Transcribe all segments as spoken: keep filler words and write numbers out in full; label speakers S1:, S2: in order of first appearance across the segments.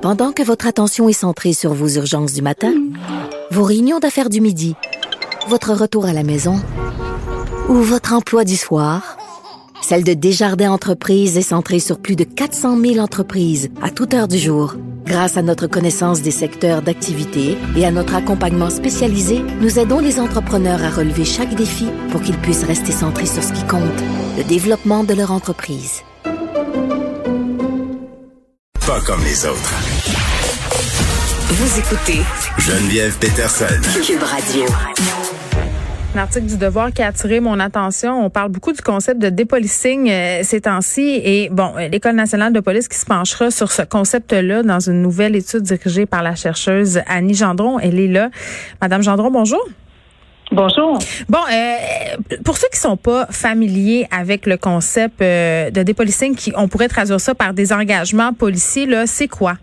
S1: Pendant que votre attention est centrée sur vos urgences du matin, vos réunions d'affaires du midi, votre retour à la maison ou votre emploi du soir, celle de Desjardins Entreprises est centrée sur plus de quatre cent mille entreprises à toute heure du jour. Grâce à notre connaissance des secteurs d'activité et à notre accompagnement spécialisé, nous aidons les entrepreneurs à relever chaque défi pour qu'ils puissent rester centrés sur ce qui compte, le développement de leur entreprise.
S2: Pas comme les autres.
S3: Vous écoutez
S2: Geneviève Peterson.
S3: Cube Radio.
S4: Un article du Devoir qui a attiré mon attention. On parle beaucoup du concept de dépolicing euh, ces temps-ci. Et bon, l'École nationale de police qui se penchera sur ce concept-là dans une nouvelle étude dirigée par la chercheuse Annie Gendron. Elle est là. Madame Gendron, bonjour.
S5: Bonjour.
S4: Bon, euh, pour ceux qui sont pas familiers avec le concept euh, de dépolicing, qui on pourrait traduire ça par des engagements policiers, là, c'est quoi?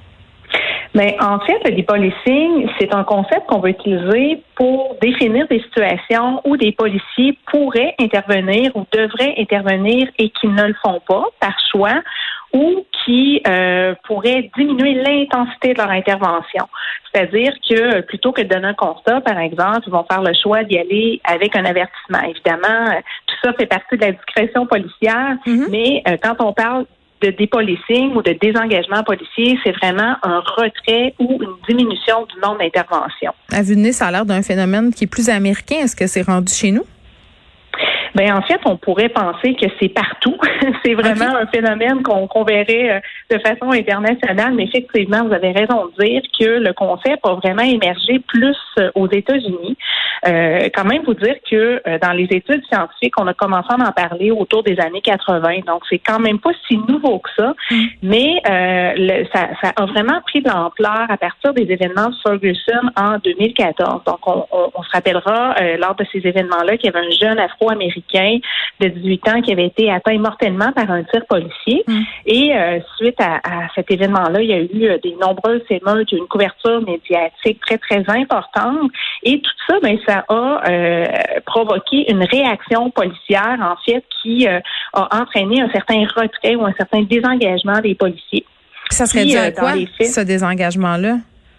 S5: Mais en fait, le dépolicing, c'est un concept qu'on va utiliser pour définir des situations où des policiers pourraient intervenir ou devraient intervenir et qui ne le font pas par choix ou qui euh, pourraient diminuer l'intensité de leur intervention. C'est-à-dire que plutôt que de donner un constat, par exemple, ils vont faire le choix d'y aller avec un avertissement. Évidemment, tout ça fait partie de la discrétion policière, mm-hmm. mais euh, quand on parle de dépolicing ou de désengagement policier, c'est vraiment un retrait ou une diminution du nombre d'interventions.
S4: À vue de nez, ça a l'air d'un phénomène qui est plus américain. Est-ce que c'est rendu chez nous?
S5: Ben en fait, on pourrait penser que c'est partout. C'est vraiment okay. un phénomène qu'on, qu'on verrait de façon internationale, mais effectivement, vous avez raison de dire que le concept a vraiment émergé plus aux États-Unis. Euh, quand même, vous dire que euh, dans les études scientifiques, on a commencé à en parler autour des années quatre-vingts, donc c'est quand même pas si nouveau que ça, mm. mais euh, le, ça, ça a vraiment pris de l'ampleur à partir des événements de Ferguson en deux mille quatorze. Donc, on, on, on se rappellera euh, lors de ces événements-là qu'il y avait un jeune Afro-Américain de dix-huit ans qui avait été atteint mortellement par un tir policier. Mm. Et euh, suite à, à cet événement-là, il y a eu euh, des nombreuses émeutes, une couverture médiatique très, très importante. Et tout ça, ben, ça a euh, provoqué une réaction policière, en fait, qui euh, a entraîné un certain retrait ou un certain désengagement des policiers.
S4: Ça serait dû à quoi, ce désengagement-là?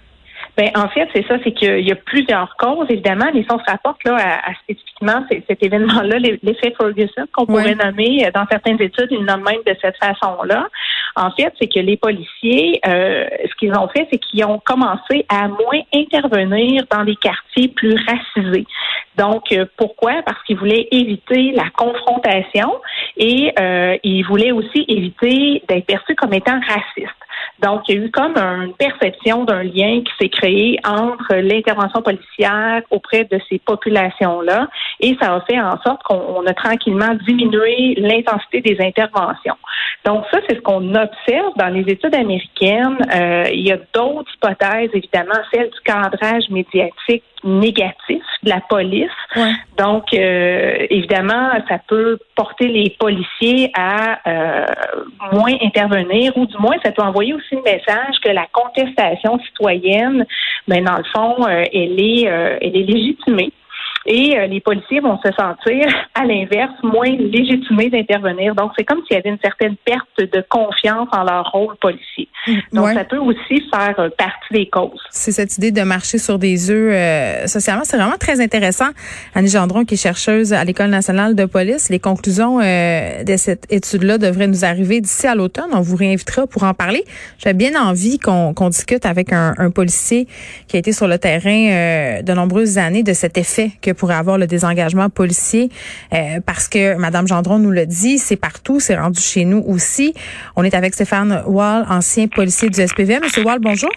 S5: Ben en fait, c'est ça, c'est qu'il y a plusieurs causes, évidemment, mais si on se rapporte là à, à spécifiquement cet, cet événement-là, l'effet Ferguson, qu'on pourrait ouais. nommer dans certaines études, ils le nomment même de cette façon-là. En fait, c'est que les policiers, euh, ce qu'ils ont fait, c'est qu'ils ont commencé à moins intervenir dans les quartiers plus racisés. Donc, euh, pourquoi? Parce qu'ils voulaient éviter la confrontation et euh, ils voulaient aussi éviter d'être perçus comme étant racistes. Donc, il y a eu comme une perception d'un lien qui s'est créé entre l'intervention policière auprès de ces populations-là et ça a fait en sorte qu'on a tranquillement diminué l'intensité des interventions. Donc, ça, c'est ce qu'on observe dans les études américaines. Euh, il y a d'autres hypothèses, évidemment, celle du cadrage médiatique négatif de la police. Ouais. Donc, euh, évidemment, ça peut porter les policiers à euh, moins intervenir ou du moins, ça peut envoyer aussi le message que la contestation citoyenne, ben, dans le fond, euh, elle est, euh, elle est légitimée. Et euh, les policiers vont se sentir, à l'inverse, moins légitimés d'intervenir. Donc, c'est comme s'il y avait une certaine perte de confiance en leur rôle policier. Donc, ouais. ça peut aussi faire euh, partie des causes.
S4: C'est cette idée de marcher sur des œufs euh, socialement. C'est vraiment très intéressant. Annie Gendron, qui est chercheuse à l'École nationale de police. Les conclusions euh, de cette étude-là devraient nous arriver d'ici à l'automne. On vous réinvitera pour en parler. J'avais bien envie qu'on, qu'on discute avec un, un policier qui a été sur le terrain euh, de nombreuses années de cet effet que pourrait avoir le désengagement policier euh, parce que Mme Gendron nous l'a dit, c'est partout, c'est rendu chez nous aussi. On est avec Stéphane Wall, ancien policier du S P V M. Monsieur Wall, bonjour.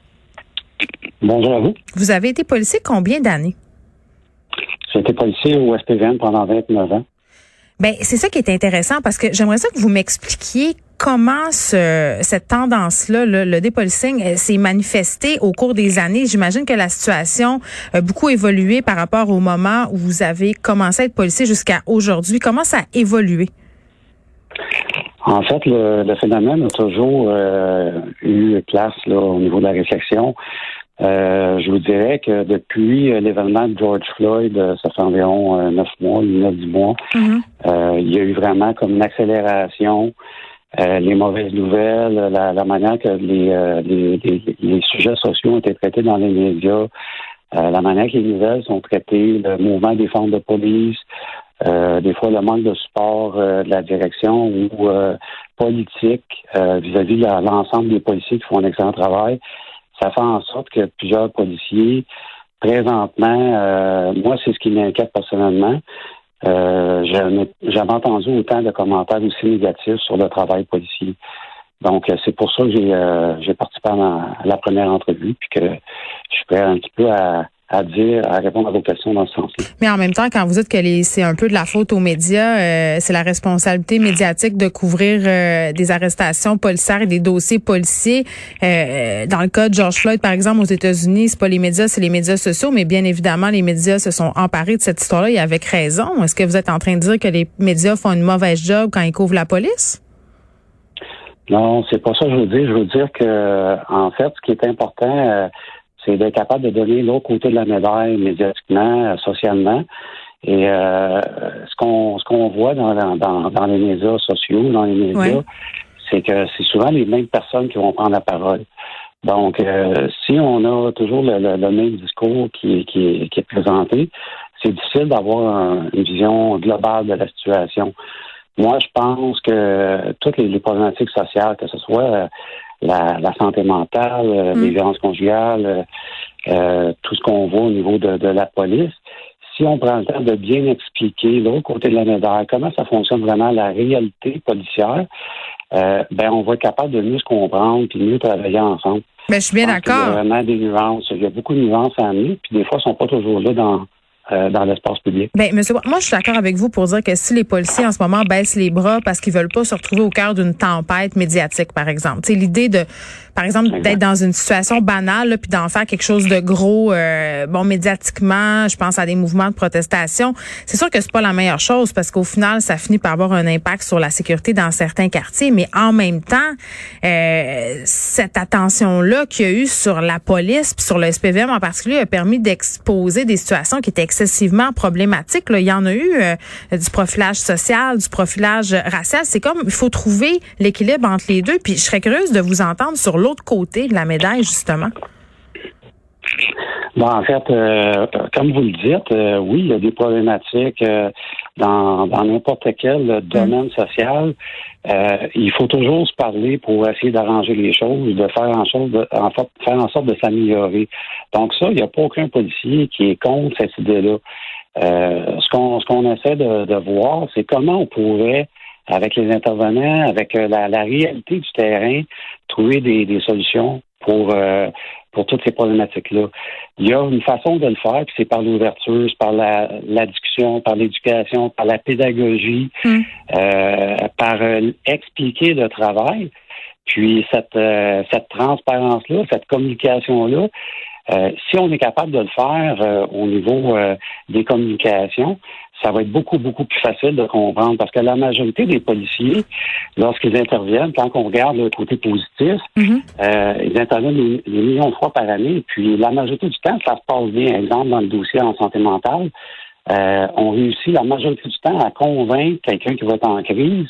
S6: Bonjour à vous.
S4: Vous avez été policier combien d'années?
S6: J'ai été policier au S P V M pendant vingt-neuf ans.
S4: Ben, c'est ça qui est intéressant parce que j'aimerais ça que vous m'expliquiez comment ce, cette tendance-là, le, le dépolicing, s'est manifestée au cours des années. J'imagine que la situation a beaucoup évolué par rapport au moment où vous avez commencé à être policier jusqu'à aujourd'hui. Comment ça a évolué?
S6: En fait, le, le phénomène a toujours euh, eu place là, au niveau de la réflexion. Euh, je vous dirais que depuis euh, l'événement de George Floyd, euh, ça fait environ euh, neuf mois, neuf, dix mois, mm-hmm. euh, il y a eu vraiment comme une accélération euh, les mauvaises nouvelles, la, la manière que les, euh, les, les, les sujets sociaux ont été traités dans les médias, euh, la manière que les nouvelles sont traitées, le mouvement des forces de police, euh, des fois le manque de support euh, de la direction ou euh, politique euh, vis-à-vis de la, l'ensemble des policiers qui font un excellent travail. Ça fait en sorte que plusieurs policiers, présentement, euh, moi, c'est ce qui m'inquiète personnellement. Euh, j'avais, j'avais entendu autant de commentaires aussi négatifs sur le travail policier. Donc, euh, c'est pour ça que j'ai, euh, j'ai participé à la, à la première entrevue, puis que je suis prêt un petit peu à, à dire, à répondre à vos questions dans ce sens-là.
S4: Mais en même temps, quand vous dites que les, c'est un peu de la faute aux médias, euh, c'est la responsabilité médiatique de couvrir euh, des arrestations policières et des dossiers policiers. Euh, dans le cas de George Floyd, par exemple, aux États-Unis, c'est pas les médias, c'est les médias sociaux, mais bien évidemment, les médias se sont emparés de cette histoire-là et avec raison. Est-ce que vous êtes en train de dire que les médias font une mauvaise job quand ils couvrent la police?
S6: Non, c'est pas ça que je veux dire. Je veux dire que, en fait, ce qui est important, euh, c'est d'être capable de donner l'autre côté de la médaille médiatiquement, euh, socialement. Et euh, ce qu'on ce qu'on voit dans, dans, dans les médias sociaux, dans les médias, ouais. c'est que c'est souvent les mêmes personnes qui vont prendre la parole. Donc, euh, si on a toujours le, le, le même discours qui, qui, qui est présenté, c'est difficile d'avoir un, une vision globale de la situation. Moi, je pense que toutes les, les problématiques sociales, que ce soit euh, la, la santé mentale, euh, mmh. les violences conjugales, euh, tout ce qu'on voit au niveau de, de la police, si on prend le temps de bien expliquer l'autre côté de la médaille, comment ça fonctionne vraiment la réalité policière, euh, ben on va être capable de mieux se comprendre puis mieux travailler ensemble.
S4: Mais je suis bien d'accord.
S6: Il y a vraiment des nuances. Il y a beaucoup de nuances à amener, puis des fois, elles ne sont pas toujours là dans Euh, dans l'espace public.
S4: Ben, monsieur, moi, je suis d'accord avec vous pour dire que si les policiers, en ce moment, baissent les bras parce qu'ils veulent pas se retrouver au cœur d'une tempête médiatique, par exemple. Tu sais, l'idée de, par exemple, exact. d'être dans une situation banale, là, puis d'en faire quelque chose de gros, euh, bon, médiatiquement, je pense à des mouvements de protestation. C'est sûr que c'est pas la meilleure chose parce qu'au final, ça finit par avoir un impact sur la sécurité dans certains quartiers, mais en même temps, euh, cette attention-là qu'il y a eu sur la police puis sur le S P V M en particulier a permis d'exposer des situations qui étaient excessivement problématique. Là, il y en a eu euh, du profilage social, du profilage racial. C'est comme, il faut trouver l'équilibre entre les deux. Puis je serais curieuse de vous entendre sur l'autre côté de la médaille, justement.
S6: Bon, en fait, euh, comme vous le dites, euh, oui, il y a des problématiques euh, dans, dans n'importe quel domaine mmh. social. Euh, il faut toujours se parler pour essayer d'arranger les choses, de faire en sorte de, en fait, faire en sorte de s'améliorer. Donc ça, il n'y a pas aucun policier qui est contre cette idée-là. Euh, ce qu'on ce qu'on essaie de, de voir, c'est comment on pourrait, avec les intervenants, avec la, la réalité du terrain, trouver des, des solutions pour euh, pour toutes ces problématiques-là. Il y a une façon de le faire, puis c'est par l'ouverture, c'est par la, la discussion, par l'éducation, par la pédagogie, mmh. euh, par euh, expliquer le travail. Puis cette euh, cette transparence-là, cette communication-là, euh, si on est capable de le faire euh, au niveau euh, des communications, ça va être beaucoup, beaucoup plus facile de comprendre parce que la majorité des policiers, lorsqu'ils interviennent, quand on regarde le côté positif, mm-hmm. euh, ils interviennent des, des millions de fois par année. Puis la majorité du temps, ça se passe bien. Exemple, dans le dossier en santé mentale, euh, on réussit la majorité du temps à convaincre quelqu'un qui va être en crise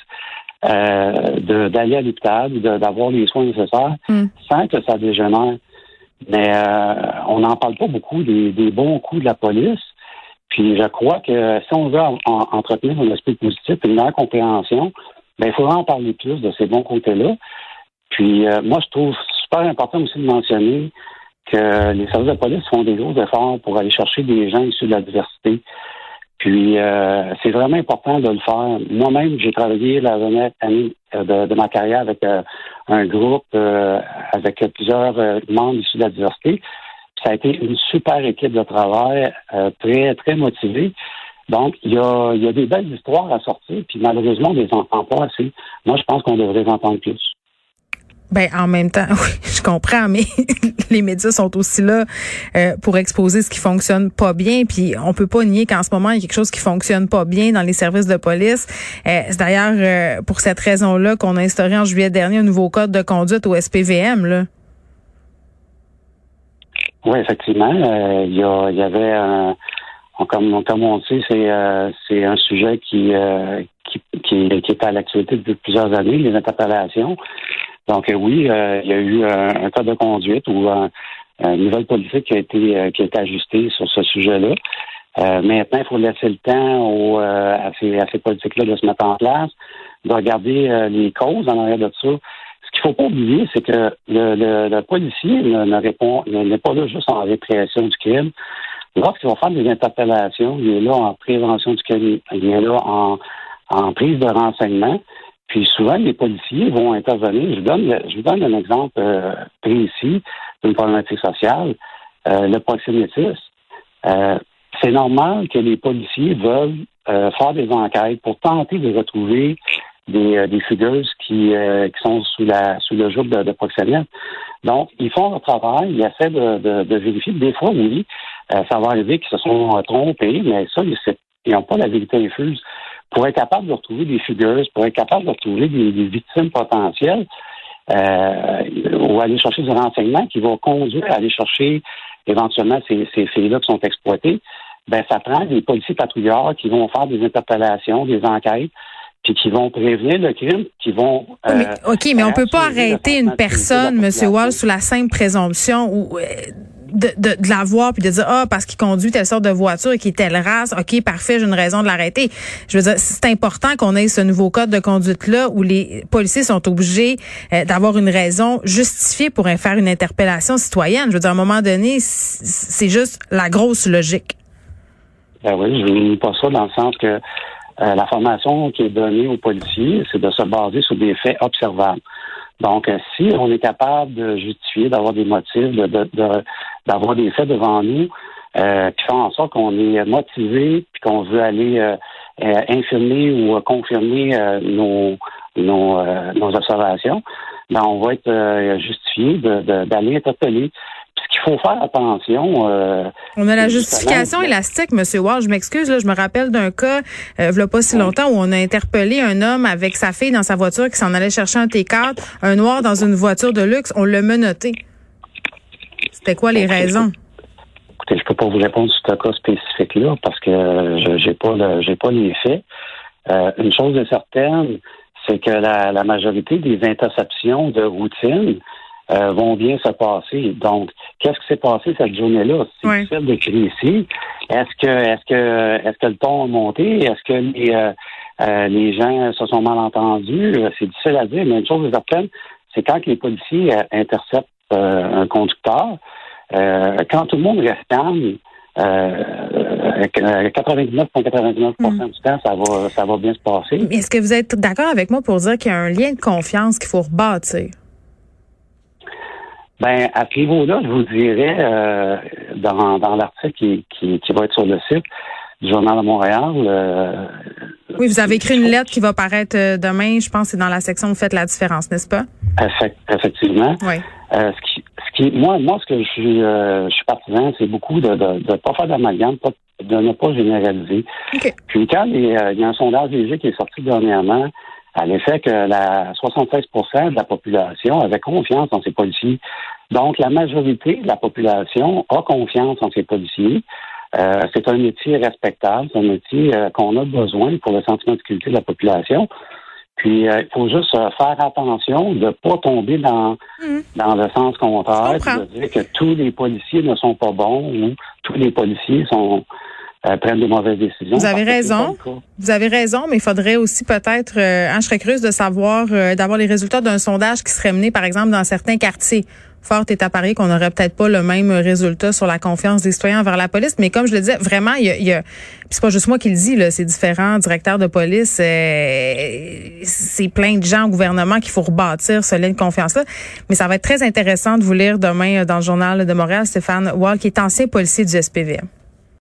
S6: euh, de, d'aller à l'hôpital, de, d'avoir les soins nécessaires mm. sans que ça dégénère. Mais euh, on n'en parle pas beaucoup des, des bons coups de la police. Puis je crois que si on veut en, en, entretenir un aspect positif et une meilleure compréhension, ben il faudra en parler plus de ces bons côtés-là. Puis euh, moi, je trouve super important aussi de mentionner que les services de police font des gros efforts pour aller chercher des gens issus de la diversité. Puis euh, c'est vraiment important de le faire. Moi-même, j'ai travaillé la dernière année de, de ma carrière avec euh, un groupe euh, avec plusieurs euh, membres issus de la diversité. Ça a été une super équipe de travail, euh, très, très motivée. Donc, il y a, il y a des belles histoires à sortir, puis malheureusement, on ne les entend pas assez. Moi, je pense qu'on devrait les entendre plus.
S4: Ben, en même temps, oui, je comprends, mais les médias sont aussi là euh, pour exposer ce qui fonctionne pas bien, puis on peut pas nier qu'en ce moment, il y a quelque chose qui fonctionne pas bien dans les services de police. Euh, c'est d'ailleurs euh, pour cette raison-là qu'on a instauré en juillet dernier un nouveau code de conduite au S P V M, là.
S6: Oui, effectivement. Euh, il, y a, il y avait un, comme, comme on le sait, c'est, euh, c'est un sujet qui, euh, qui, qui, qui est à l'actualité depuis plusieurs années, les interpellations. Donc, euh, oui, euh, il y a eu un, un code de conduite ou un, une nouvelle politique qui a été, euh, qui a été ajustée sur ce sujet-là. Euh, maintenant, il faut laisser le temps aux, euh, à ces, à ces politiques-là de se mettre en place, de regarder euh, les causes en arrière de ça. Ce qu'il ne faut pas oublier, c'est que le, le, le policier ne, ne répond, n'est pas là juste en répression du crime. Lorsqu'il va faire des interpellations, il est là en prévention du crime, il est là en, en prise de renseignement. Puis souvent, les policiers vont intervenir. Je vous donne, je vous donne un exemple euh, précis d'une problématique sociale, euh, le proxénétisme. Euh, c'est normal que les policiers veulent euh, faire des enquêtes pour tenter de retrouver des, euh, des figures qui, euh, qui sont sous la sous le joug de, de proxénètes. Donc, ils font leur travail, ils essaient de, de, de vérifier. Des fois, oui, euh, ça va arriver qu'ils se sont euh, trompés, mais ça, ils n'ont pas la vérité infuse. Pour être capable de retrouver des figures, pour être capable de retrouver des, des victimes potentielles, euh, ou aller chercher du renseignement qui va conduire à aller chercher éventuellement ces, ces filles-là qui sont exploitées, ben ça prend des policiers patrouilleurs qui vont faire des interpellations, des enquêtes, puis qui vont prévenir le crime, qui vont... Euh,
S4: mais, OK, mais on peut pas arrêter une personne, M. Wall, sous la simple présomption ou... Euh, De, de, de la voir puis de dire ah parce qu'il conduit telle sorte de voiture et qu'il est telle race, ok parfait, j'ai une raison de l'arrêter. Je veux dire, c'est important qu'on ait ce nouveau code de conduite là où les policiers sont obligés euh, d'avoir une raison justifiée pour faire une interpellation citoyenne. Je veux dire, à un moment donné, c'est juste la grosse logique.
S6: Ben oui, je ne nie pas ça dans le sens que euh, la formation qui est donnée aux policiers, c'est de se baser sur des faits observables. Donc, euh, si on est capable de justifier, d'avoir des motifs, de, de, de d'avoir des faits devant nous, euh, qui font en sorte qu'on est motivé, puis qu'on veut aller euh, euh, infirmer ou euh, confirmer euh, nos nos, euh, nos observations, ben on va être euh, justifié de, de, d'aller interpeller. Puis ce qu'il faut faire attention. Euh,
S4: on a la justification élastique, M. Wall. Je m'excuse, là, je me rappelle d'un cas, euh, il n'y a pas si longtemps, où on a interpellé un homme avec sa fille dans sa voiture qui s'en allait chercher un T quatre, un noir dans une voiture de luxe. On l'a menotté. C'était quoi les raisons?
S6: Écoutez, je peux pas vous répondre sur ce cas spécifique-là parce que je j'ai pas le, j'ai pas les faits. Euh, une chose est certaine, c'est que la, la majorité des interceptions de routine euh, vont bien se passer. Donc, qu'est-ce qui s'est passé cette journée-là? C'est
S4: oui.
S6: difficile d'écrire ici. Est-ce que est-ce que est-ce que le ton a monté? Est-ce que les euh, euh, les gens se sont mal entendus? C'est difficile à dire, mais une chose est certaine, c'est quand les policiers euh, interceptent euh, un conducteur, euh, quand tout le monde reste calme, euh, quatre-vingt-dix-neuf virgule quatre-vingt-dix-neuf pour cent mm. du temps, ça va, ça va bien se passer.
S4: Mais est-ce que vous êtes d'accord avec moi pour dire qu'il y a un lien de confiance qu'il faut rebâtir?
S6: Ben, à ce niveau-là, je vous dirais, euh, dans, dans l'article qui, qui, qui va être sur le site du Journal de Montréal. Euh,
S4: oui, vous avez écrit une lettre qui va paraître demain, je pense que c'est dans la section « Faites la différence », n'est-ce pas?
S6: Effectivement.
S4: Oui.
S6: Euh, ce qui, ce qui, moi, moi, ce que je suis, euh, je suis partisan, c'est beaucoup de de, de pas faire d'amalgame, de ne pas généraliser.
S4: Okay.
S6: Puis quand il y a, il y a un sondage léger qui est sorti dernièrement, à l'effet que la soixante-seize pour cent de la population avait confiance en ses policiers. Donc, la majorité de la population a confiance en ses policiers. Euh, c'est un métier respectable, c'est un métier euh, qu'on a besoin pour le sentiment de sécurité de la population. Puis, il euh, faut juste euh, faire attention de ne pas tomber dans mmh. dans le sens contraire, de dire que tous les policiers ne sont pas bons ou tous les policiers sont euh, prennent de mauvaises décisions.
S4: Vous avez raison. Vous avez raison, mais il faudrait aussi peut-être, euh, hein, je serais curieuse de savoir, euh, d'avoir les résultats d'un sondage qui serait mené, par exemple, dans certains quartiers. Fort est à parier qu'on n'aurait peut-être pas le même résultat sur la confiance des citoyens envers la police, mais comme je le disais, vraiment, il y a, il y a c'est pas juste moi qui le dis, là, c'est différents directeurs de police, euh, c'est plein de gens au gouvernement qu'il faut rebâtir ce lien de confiance-là. Mais ça va être très intéressant de vous lire demain dans le Journal de Montréal, Stéphane Wall, qui est ancien policier du S P V M.